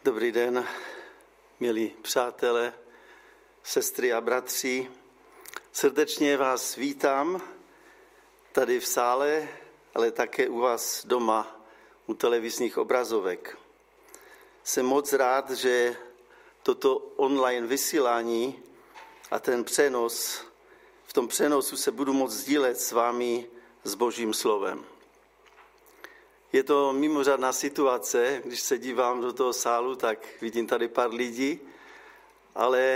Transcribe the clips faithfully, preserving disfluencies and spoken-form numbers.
Dobrý den, milí přátelé, sestry a bratři. Srdečně vás vítám tady v sále, ale také u vás doma, u televizních obrazovek. Jsem moc rád, že toto online vysílání a ten přenos, v tom přenosu se budu moct sdílet s vámi s Božím slovem. Je to mimořádná situace, když se dívám do toho sálu, tak vidím tady pár lidí, ale e,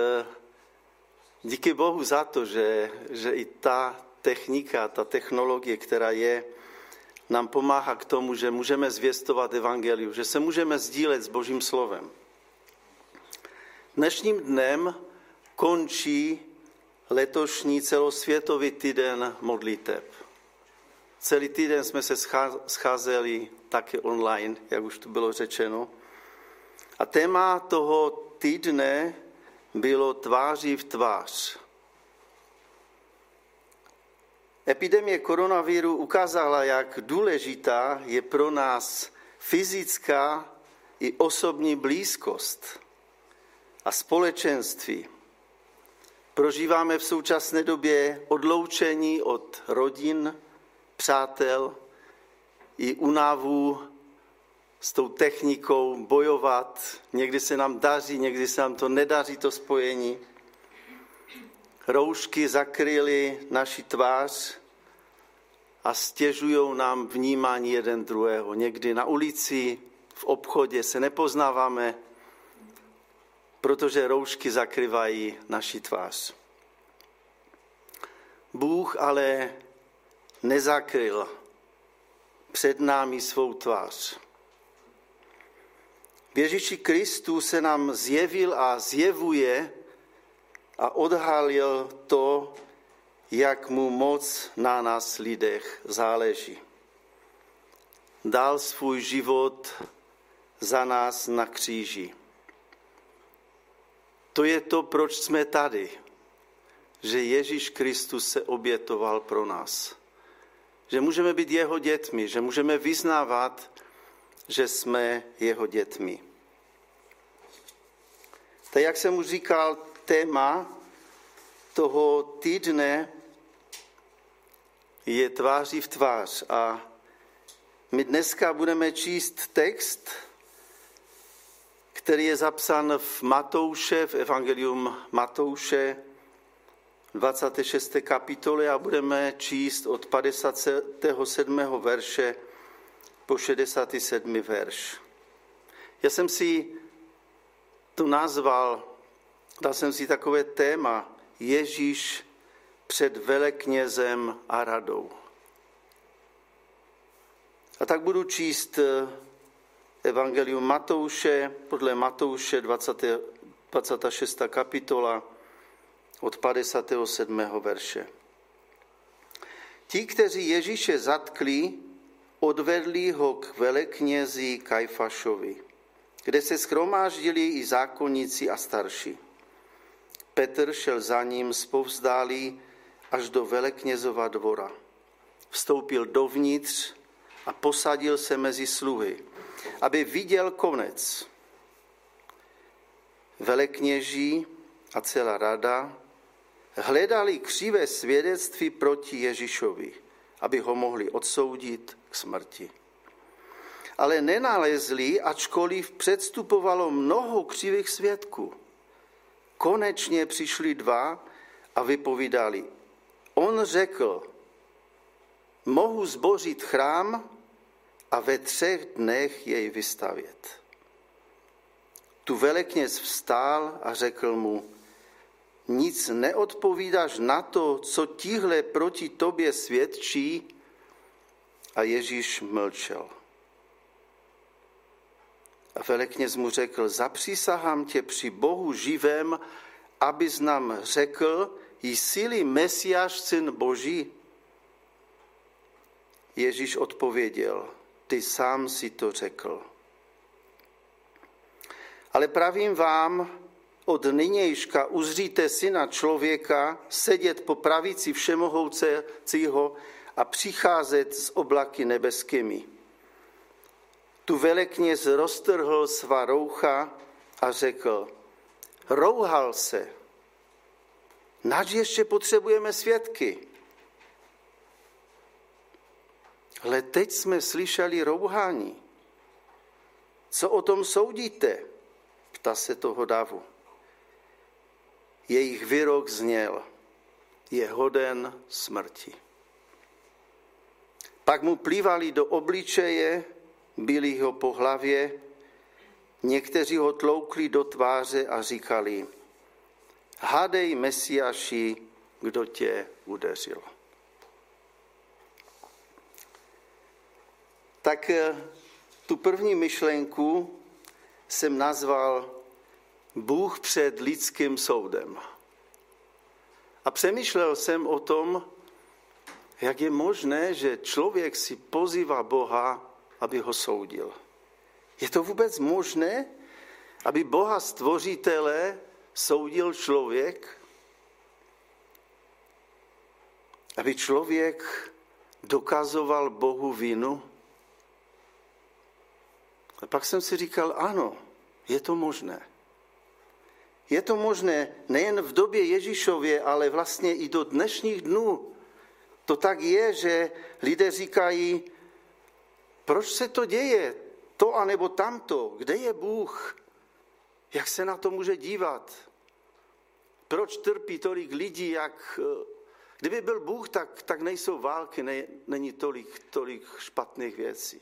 díky Bohu za to, že, že i ta technika, ta technologie, která je, nám pomáhá k tomu, že můžeme zvěstovat evangelium, že se můžeme sdílet s Božím slovem. Dnešním dnem končí letošní celosvětový týden modliteb. Celý týden jsme se scházeli také online, jak už tu bylo řečeno. A téma toho týdne bylo tváří v tvář. Epidemie koronaviru ukázala, jak důležitá je pro nás fyzická i osobní blízkost a společenství. Prožíváme v současné době odloučení od rodin, přátel i únavu s tou technikou bojovat. Někdy se nám daří, někdy se nám to nedaří, to spojení. Roušky zakryly naši tvář a stěžují nám vnímání jeden druhého. Někdy na ulici, v obchodě se nepoznáváme, protože roušky zakrývají naši tvář. Bůh ale nezakryl před námi svou tvář. V Ježíši Kristu se nám zjevil a zjevuje a odhalil to, jak mu moc na nás lidech záleží. Dal svůj život za nás na kříži. To je to, proč jsme tady, že Ježíš Kristus se obětoval pro nás. Že můžeme být jeho dětmi, že můžeme vyznávat, že jsme jeho dětmi. Tak jak jsem už říkal, téma toho týdne je tváří v tvář. A my dneska budeme číst text, který je zapsán v Matouše, v Evangelium Matouše, dvacáté šesté kapitole a budeme číst od padesátého sedmého verše po šedesátý sedmý verš. Já jsem si to nazval, dal jsem si takové téma Ježíš před veleknězem a radou. A tak budu číst Evangelium Matouše, podle Matouše dvacátá šestá kapitola, od padesátého sedmého verše. Ti, kteří Ježíše zatkli, odvedli ho k veleknězi Kajfašovi, kde se shromáždili i zákonníci a starší. Petr šel za ním zpovzdálí až do veleknězova dvora. Vstoupil dovnitř a posadil se mezi sluhy, aby viděl konec. Velekněží a celá rada hledali křivé svědectví proti Ježíšovi, aby ho mohli odsoudit k smrti. Ale nenalezli, ačkoliv předstupovalo mnoho křivých svědků. Konečně přišli dva a vypovídali. On řekl, mohu zbořit chrám a ve třech dnech jej vystavět. Tu velekněz vstál a řekl mu, nic neodpovídáš na to, co tihle proti tobě svědčí? A Ježíš mlčel. A velekněz mu řekl, zapřísahám tě při Bohu živém, abys nám řekl, jsi-li Mesiáš, syn Boží? Ježíš odpověděl, ty sám si to řekl. Ale pravím vám, od nynějška uzříte syna člověka sedět po pravici všemohoucího a přicházet z oblaky nebeskými. Tu velekněz roztrhl svá roucha a řekl, rouhal se, nač ještě potřebujeme svědky. Ale teď jsme slyšeli rouhání. Co o tom soudíte? Ptá se toho davu. Jejich výrok zněl, je hoden smrti. Pak mu plivali do obličeje, bili ho po hlavě, někteří ho tloukli do tváře a říkali, hádej Mesiáši, kdo tě udeřil. Tak tu první myšlenku jsem nazval Bůh před lidským soudem. A přemýšlel jsem o tom, jak je možné, že člověk si pozývá Boha, aby ho soudil. Je to vůbec možné, aby Boha stvořitele soudil člověk? Aby člověk dokazoval Bohu vinu? A pak jsem si říkal, ano, je to možné. Je to možné nejen v době Ježíšově, ale vlastně i do dnešních dnů. To tak je, že lidé říkají, proč se to děje, to anebo tamto, kde je Bůh, jak se na to může dívat, proč trpí tolik lidí, jak, kdyby byl Bůh, tak, tak nejsou války, ne, není tolik, tolik špatných věcí.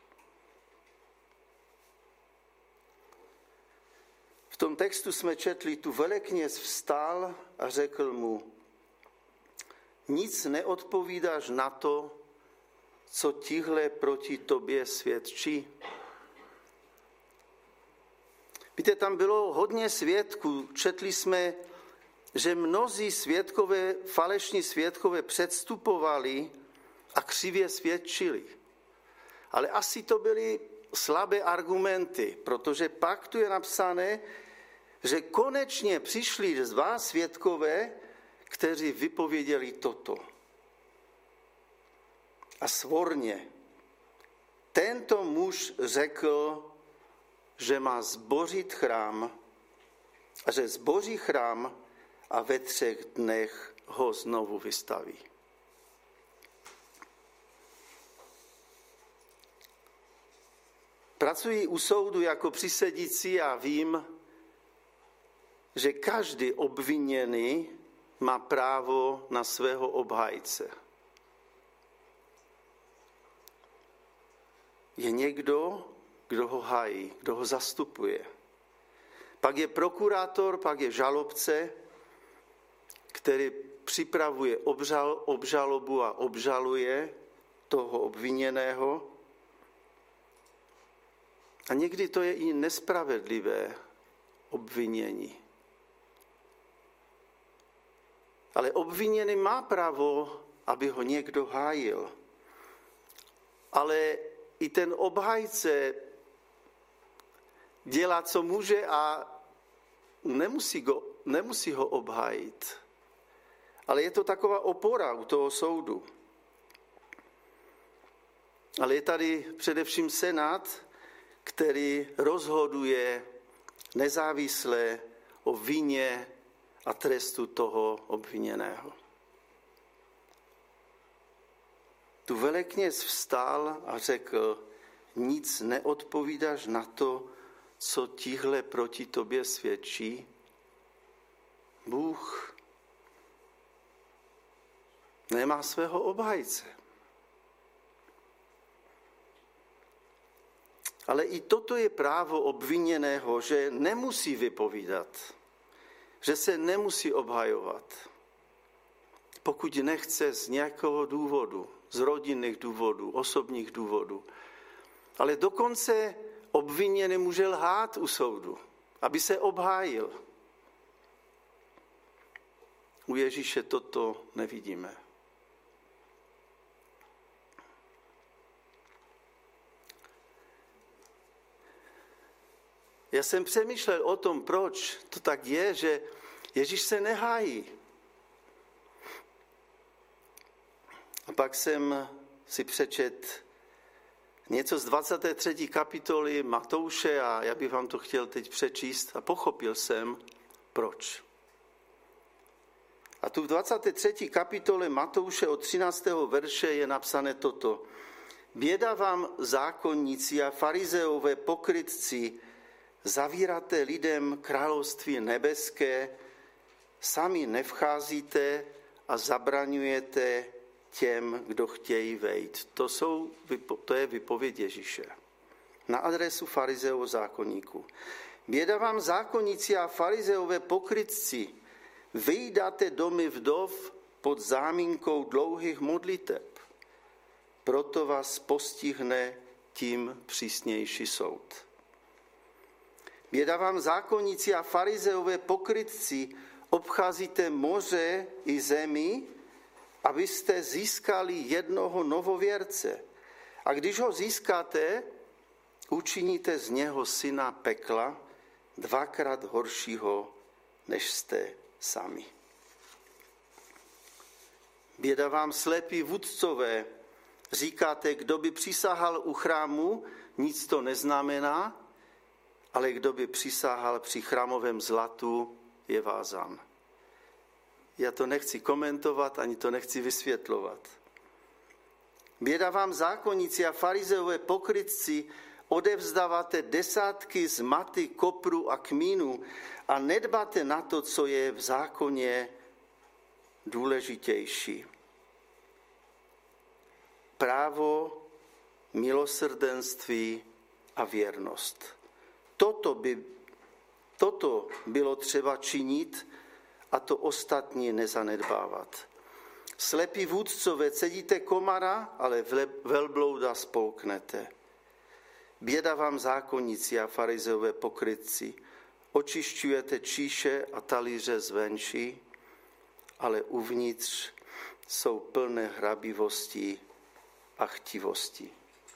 V tom textu jsme četli, tu velekněz vstal a řekl mu, nic neodpovídáš na to, co tihle proti tobě svědčí. Víte, tam bylo hodně svědků. Četli jsme, že mnozí svědkové, falešní svědkové předstupovali a křivě svědčili. Ale asi to byly slabé argumenty, protože pak tu je napsané, že konečně přišli dva svědkové, kteří vypověděli toto. A svorně. Tento muž řekl, že má zbořit chrám a že zboří chrám a ve třech dnech ho znovu vystaví. Pracuji u soudu jako přísedící a vím, že každý obviněný má právo na svého obhájce. Je někdo, kdo ho hájí, kdo ho zastupuje. Pak je prokurátor, pak je žalobce, který připravuje obžal, obžalobu a obžaluje toho obviněného. A někdy to je i nespravedlivé obvinění. Ale obviněný má právo, aby ho někdo hájil. Ale i ten obhájce dělá, co může a nemusí, go, nemusí ho obhájit. Ale je to taková opora u toho soudu. Ale je tady především senát, který rozhoduje nezávisle o vině a trestu toho obviněného. Tu velekněz vstal a řekl, nic neodpovídáš na to, co tihle proti tobě svědčí? Bůh nemá svého obhájce. Ale i toto je právo obviněného, že nemusí vypovídat, že se nemusí obhajovat, pokud nechce z nějakého důvodu, z rodinných důvodů, osobních důvodů. Ale dokonce obviněný může lhát u soudu, aby se obhájil. U Ježíše toto nevidíme. Já jsem přemýšlel o tom, proč to tak je, že Ježíš se nehájí. A pak jsem si přečet něco z dvacáté třetí kapitoly Matouše a já bych vám to chtěl teď přečíst a pochopil jsem, proč. A tu v dvacáté třetí kapitole Matouše od třináctého verše je napsané toto. Běda vám zákonníci a farizeové pokrytci, zavíráte lidem království nebeské, sami nevcházíte a zabraňujete těm, kdo chtějí vejít. To, jsou, to je vypověď Ježíše na adresu farizeů zákonníků. Běda vám zákonníci a farizeové pokrytci, vyjídáte domy vdov pod záminkou dlouhých modliteb. Proto vás postihne tím přísnější soud. Běda vám zákonníci a farizeové pokrytci, obcházíte moře i zemi, abyste získali jednoho novověrce. A když ho získáte, učiníte z něho syna pekla, dvakrát horšího, než jste sami. Běda vám slepí vůdcové, říkáte, kdo by přísahal u chrámu, nic to neznamená, ale kdo by přísahal při chrámovém zlatu, je vázán. Já to nechci komentovat, ani to nechci vysvětlovat. Běda vám zákonníci a farizeové pokrytci, odevzdáváte desátky z maty, kopru a kmínu a nedbáte na to, co je v zákoně důležitější. Právo, milosrdenství a věrnost. Toto, by, toto bylo třeba činit a to ostatní nezanedbávat. Slepí vůdcové, cedíte komara, ale velblouda spolknete. Běda vám zákonníci a farizeové pokrytci, očišťujete číše a talíře zvenčí, ale uvnitř jsou plné hrabivosti a chtivosti.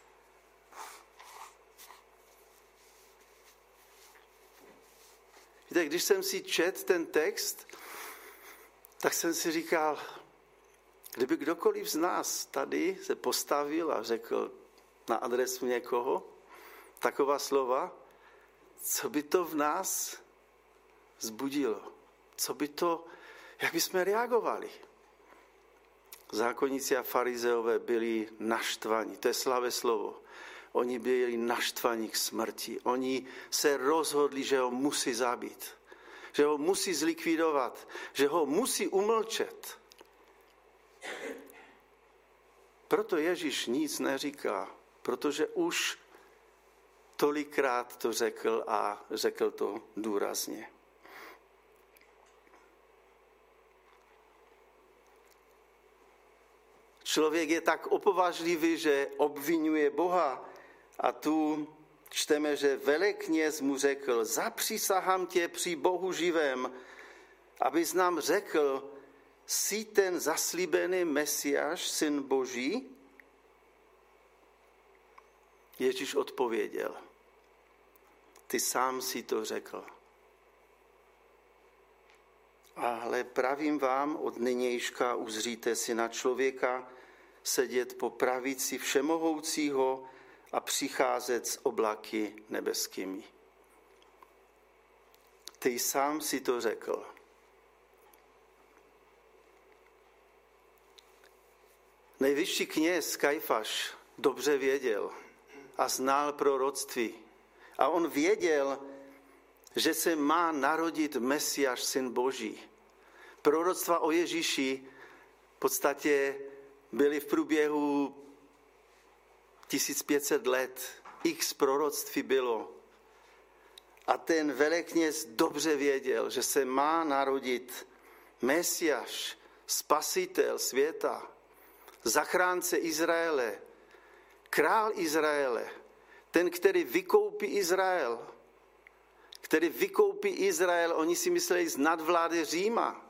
Víte, když jsem si četl ten text, tak jsem si říkal, kdyby kdokoliv z nás tady se postavil a řekl na adresu někoho taková slova, co by to v nás vzbudilo? Co by to, jak bychom reagovali? Zákonníci a farizeové byli naštvaní, to je slavé slovo. Oni byli naštvaní k smrti. Oni se rozhodli, že ho musí zabít, že ho musí zlikvidovat, že ho musí umlčet. Proto Ježíš nic neříká, protože už tolikrát to řekl a řekl to důrazně. Člověk je tak opovážlivý, že obvinuje Boha. A tu čteme, že velekněz mu řekl, zapřísahám tě při Bohu živém, abys nám řekl, jsi ten zaslíbený Mesiáš, syn Boží? Ježíš odpověděl, ty sám si to řekl. Ale pravím vám, od nynějška uzříte Syna člověka sedět po pravici všemohoucího a přicházet s oblaky nebeskými. Ty sám si to řekl. Nejvyšší kněz Kajfaš dobře věděl a znal proroctví. A on věděl, že se má narodit Mesiáš, syn Boží. Proroctva o Ježíši v podstatě byly v průběhu tisíc pět set let. X proroctví bylo. A ten velekněz dobře věděl, že se má narodit Mesiáš, spasitel světa, zachránce Izraele, král Izraele, ten, který vykoupí Izrael, který vykoupí Izrael, oni si mysleli z nadvlády Říma.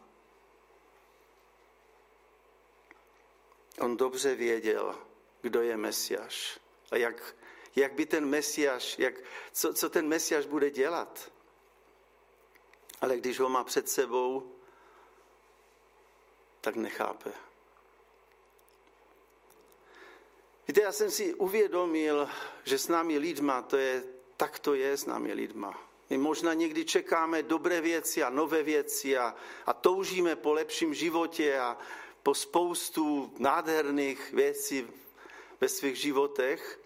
On dobře věděl, kdo je Mesiáš a jak, jak by ten Mesiáš, jak, co, co ten Mesiáš bude dělat. Ale když ho má před sebou, tak nechápe. Víte, já jsem si uvědomil, že s námi lidma, to je, tak to je s námi lidma. My možná někdy čekáme dobré věci a nové věci a, a toužíme po lepším životě a po spoustu nádherných věcí ve svých životech.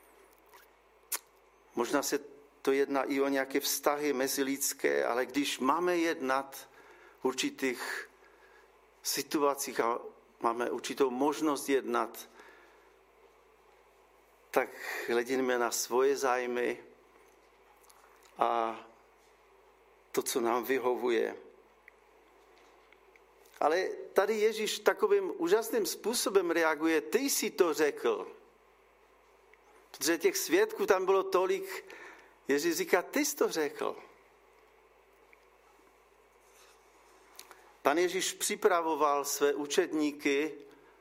Možná se to jedná i o nějaké vztahy mezilidské, ale když máme jednat v určitých situacích a máme určitou možnost jednat, tak hledíme na svoje zájmy a to, co nám vyhovuje. Ale tady Ježíš takovým úžasným způsobem reaguje. Ty jsi to řekl. Protože těch svědků tam bylo tolik. Ježíš říká, ty jsi to řekl. Pan Ježíš připravoval své učedníky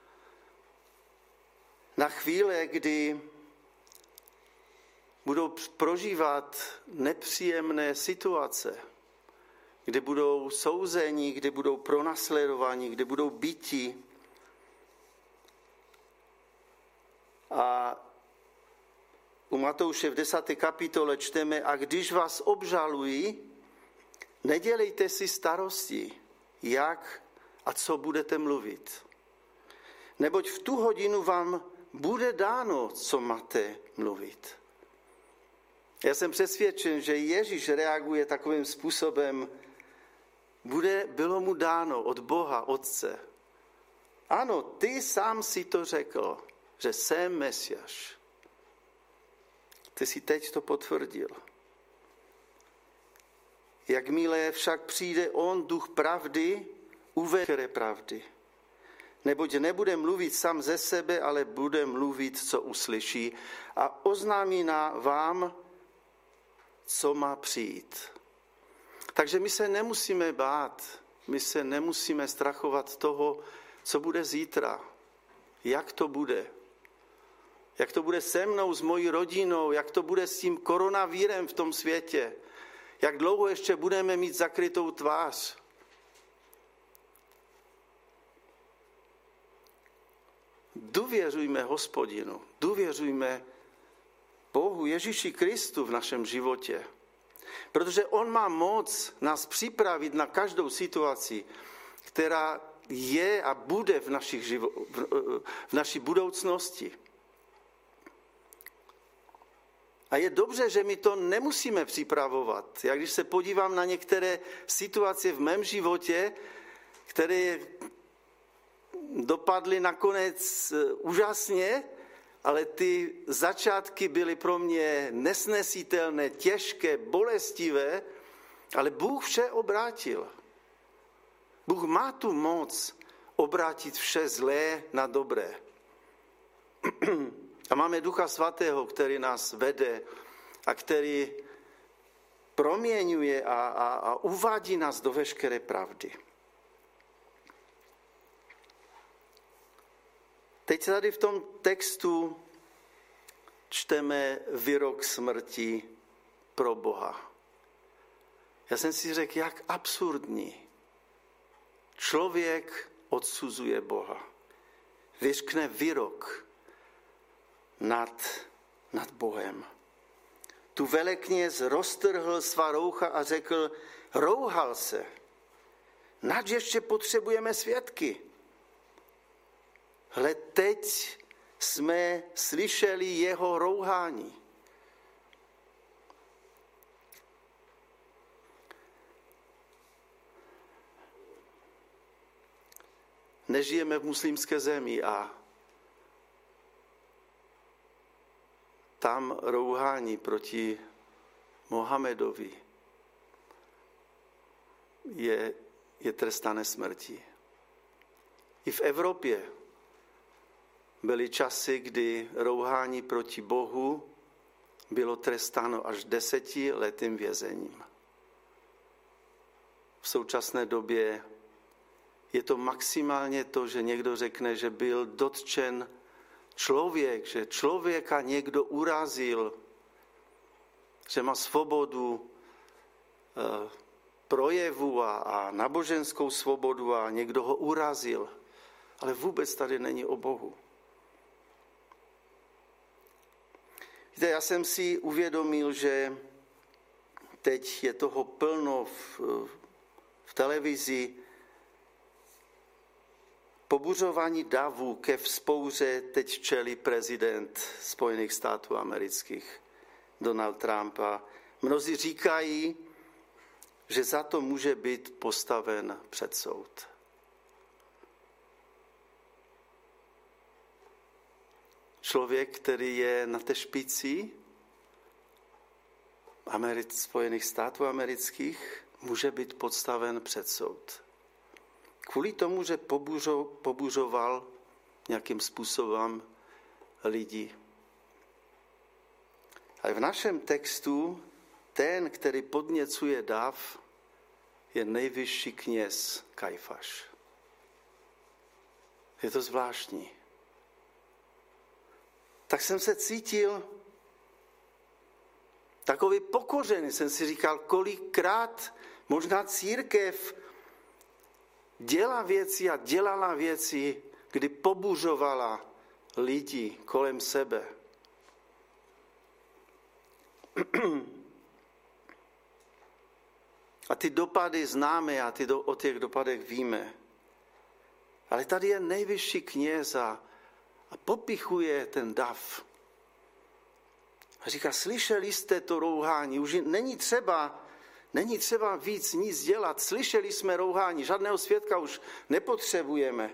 na chvíle, kdy budou prožívat nepříjemné situace, kdy budou souzeni, kdy budou pronásledováni, kdy budou biti. A u Matouše v desáté kapitole čteme, a když vás obžalují, nedělejte si starosti, jak a co budete mluvit. Neboť v tu hodinu vám bude dáno, co máte mluvit. Já jsem přesvědčen, že Ježíš reaguje takovým způsobem, bude, bylo mu dáno od Boha, Otce. Ano, ty sám si to řekl, že jsem Mesiáš. Ty si teď to potvrdil. Jakmile však přijde on, duch pravdy, uvede pravdy. Neboť nebude mluvit sám ze sebe, ale bude mluvit, co uslyší a oznámí na vám, co má přijít. Takže my se nemusíme bát, my se nemusíme strachovat toho, co bude zítra, jak to bude. Jak to bude se mnou, s mojí rodinou, jak to bude s tím koronavírem v tom světě. Jak dlouho ještě budeme mít zakrytou tvář. Důvěřujme Hospodinu, důvěřujme Bohu Ježíši Kristu v našem životě. Protože on má moc nás připravit na každou situaci, která je a bude v, našich živo- v naší budoucnosti. A je dobře, že my to nemusíme připravovat. Já když se podívám na některé situace v mém životě, které dopadly nakonec úžasně, ale ty začátky byly pro mě nesnesitelné, těžké, bolestivé, ale Bůh vše obrátil. Bůh má tu moc obrátit vše zlé na dobré. A máme Ducha Svatého, který nás vede a který proměňuje a, a, a uvádí nás do veškeré pravdy. Teď tady v tom textu čteme výrok smrti pro Boha. Já jsem si řekl, jak absurdní. Člověk odsuzuje Boha. Vyřkne výrok nad, nad Bohem. Tu velekněz roztrhl svá roucha a řekl, rouhal se. Nač ještě potřebujeme svědky. Hle, teď jsme slyšeli jeho rouhání. Nežijeme v muslimské zemi a tam rouhání proti Mohamedovi je, je trestané smrti. I v Evropě byly časy, kdy rouhání proti Bohu bylo trestáno až desetiletým vězením. V současné době je to maximálně to, že někdo řekne, že byl dotčen člověk, že člověka někdo urazil, že má svobodu eh, projevu a, a náboženskou svobodu a někdo ho urazil. Ale vůbec tady není o Bohu. Víte, já jsem si uvědomil, že teď je toho plno v, v televizi, pobuřování davu ke vzpouře teď čelí prezident Spojených států amerických, Donald Trump. A mnozí říkají, že za to může být postaven před soud. Člověk, který je na té špici Americ, Spojených států amerických, může být postaven před soud. Kvůli tomu, že pobuřo, pobuřoval nějakým způsobem lidi. A v našem textu ten, který podněcuje dav, je nejvyšší kněz Kajfaš. Je to zvláštní. Tak jsem se cítil takový pokořený. Jsem si říkal, kolikrát možná církev dělá věci a dělala věci, kdy pobuřovala lidi kolem sebe. A ty dopady známe a ty do, o těch dopadech víme. Ale tady je nejvyšší kněz a, a popichuje ten dav. A říká, slyšeli jste to rouhání, už není třeba, není třeba víc nic dělat. Slyšeli jsme rouhání, žádného svědka už nepotřebujeme.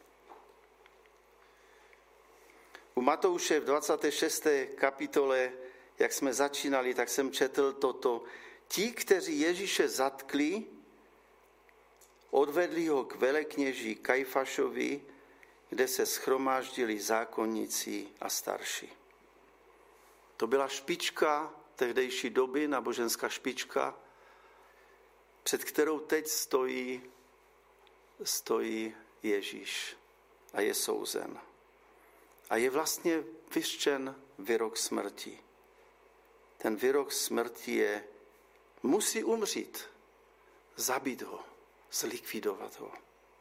U Matouše v dvacáté šesté kapitole, jak jsme začínali, tak jsem četl toto. Ti, kteří Ježíše zatkli, odvedli ho k velekněži Kajfašovi, kde se shromáždili zákonníci a starší. To byla špička tehdejší doby, náboženská špička, před kterou teď stojí, stojí Ježíš a je souzen. A je vlastně vyřčen výrok smrti. Ten výrok smrti je, musí umřít, zabít ho, zlikvidovat ho.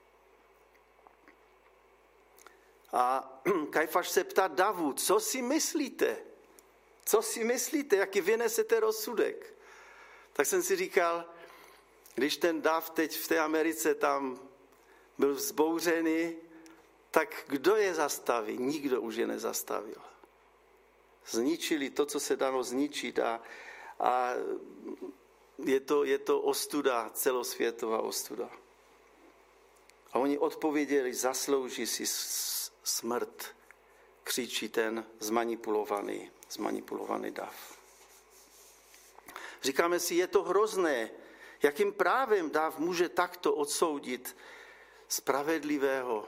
A Kajfaš se ptá davu, co si myslíte? Co si myslíte, jaký vynesete rozsudek? Tak jsem si říkal, když ten dav teď v té Americe tam byl vzbouřený, tak kdo je zastaví? Nikdo už je nezastavil. Zničili to, co se dalo zničit a, a je, to, je to ostuda, celosvětová ostuda. A oni odpověděli, zaslouží si smrt, křičí ten zmanipulovaný, zmanipulovaný dav. Říkáme si, je to hrozné, jakým právem dav může takto odsoudit spravedlivého.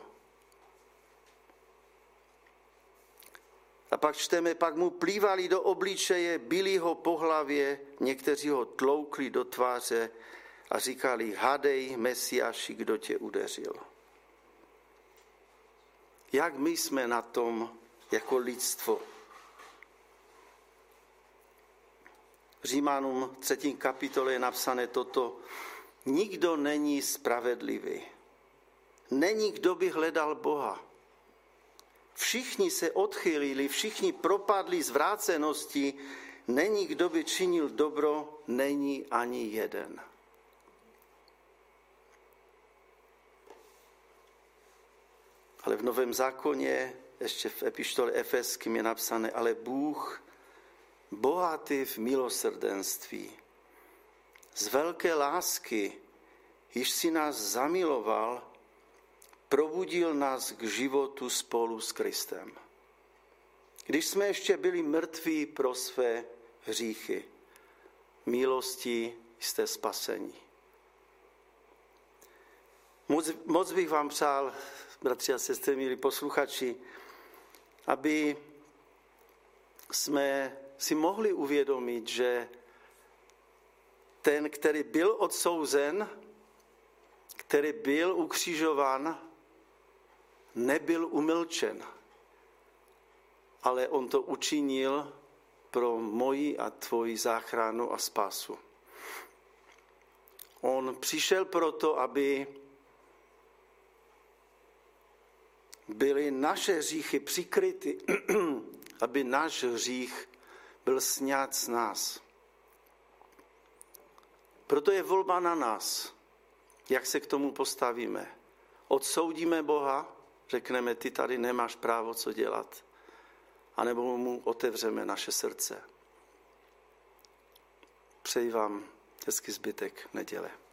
A pak čteme, pak mu plývali do obličeje, bili ho po hlavě, někteří ho tloukli do tváře a říkali, hadej, Mesiáši, kdo tě udeřil. Jak my jsme na tom jako lidstvo? Římanům třetí kapitole je napsané toto. Nikdo není spravedlivý. Není, kdo by hledal Boha. Všichni se odchylili, všichni propadli zvrácenosti, není, kdo by činil dobro, není ani jeden. Ale v Novém zákoně, ještě v epištole Efeským je napsané, ale Bůh, bohatý v milosrdenství, z velké lásky, již si nás zamiloval, probudil nás k životu spolu s Kristem. Když jsme ještě byli mrtví pro své hříchy, milosti jste spaseni. Moc, moc bych vám přál, bratři a sestry, milí posluchači, aby jsme si mohli uvědomit, že ten, který byl odsouzen, který byl ukřižován, nebyl umlčen, ale on to učinil pro moji a tvoji záchranu a spásu. On přišel proto, aby byly naše hříchy přikryty, aby náš hřích byl sňat z nás. Proto je volba na nás, jak se k tomu postavíme. Odsoudíme Boha, řekneme, ty tady nemáš právo co dělat, anebo mu otevřeme naše srdce. Přeji vám hezký zbytek neděle.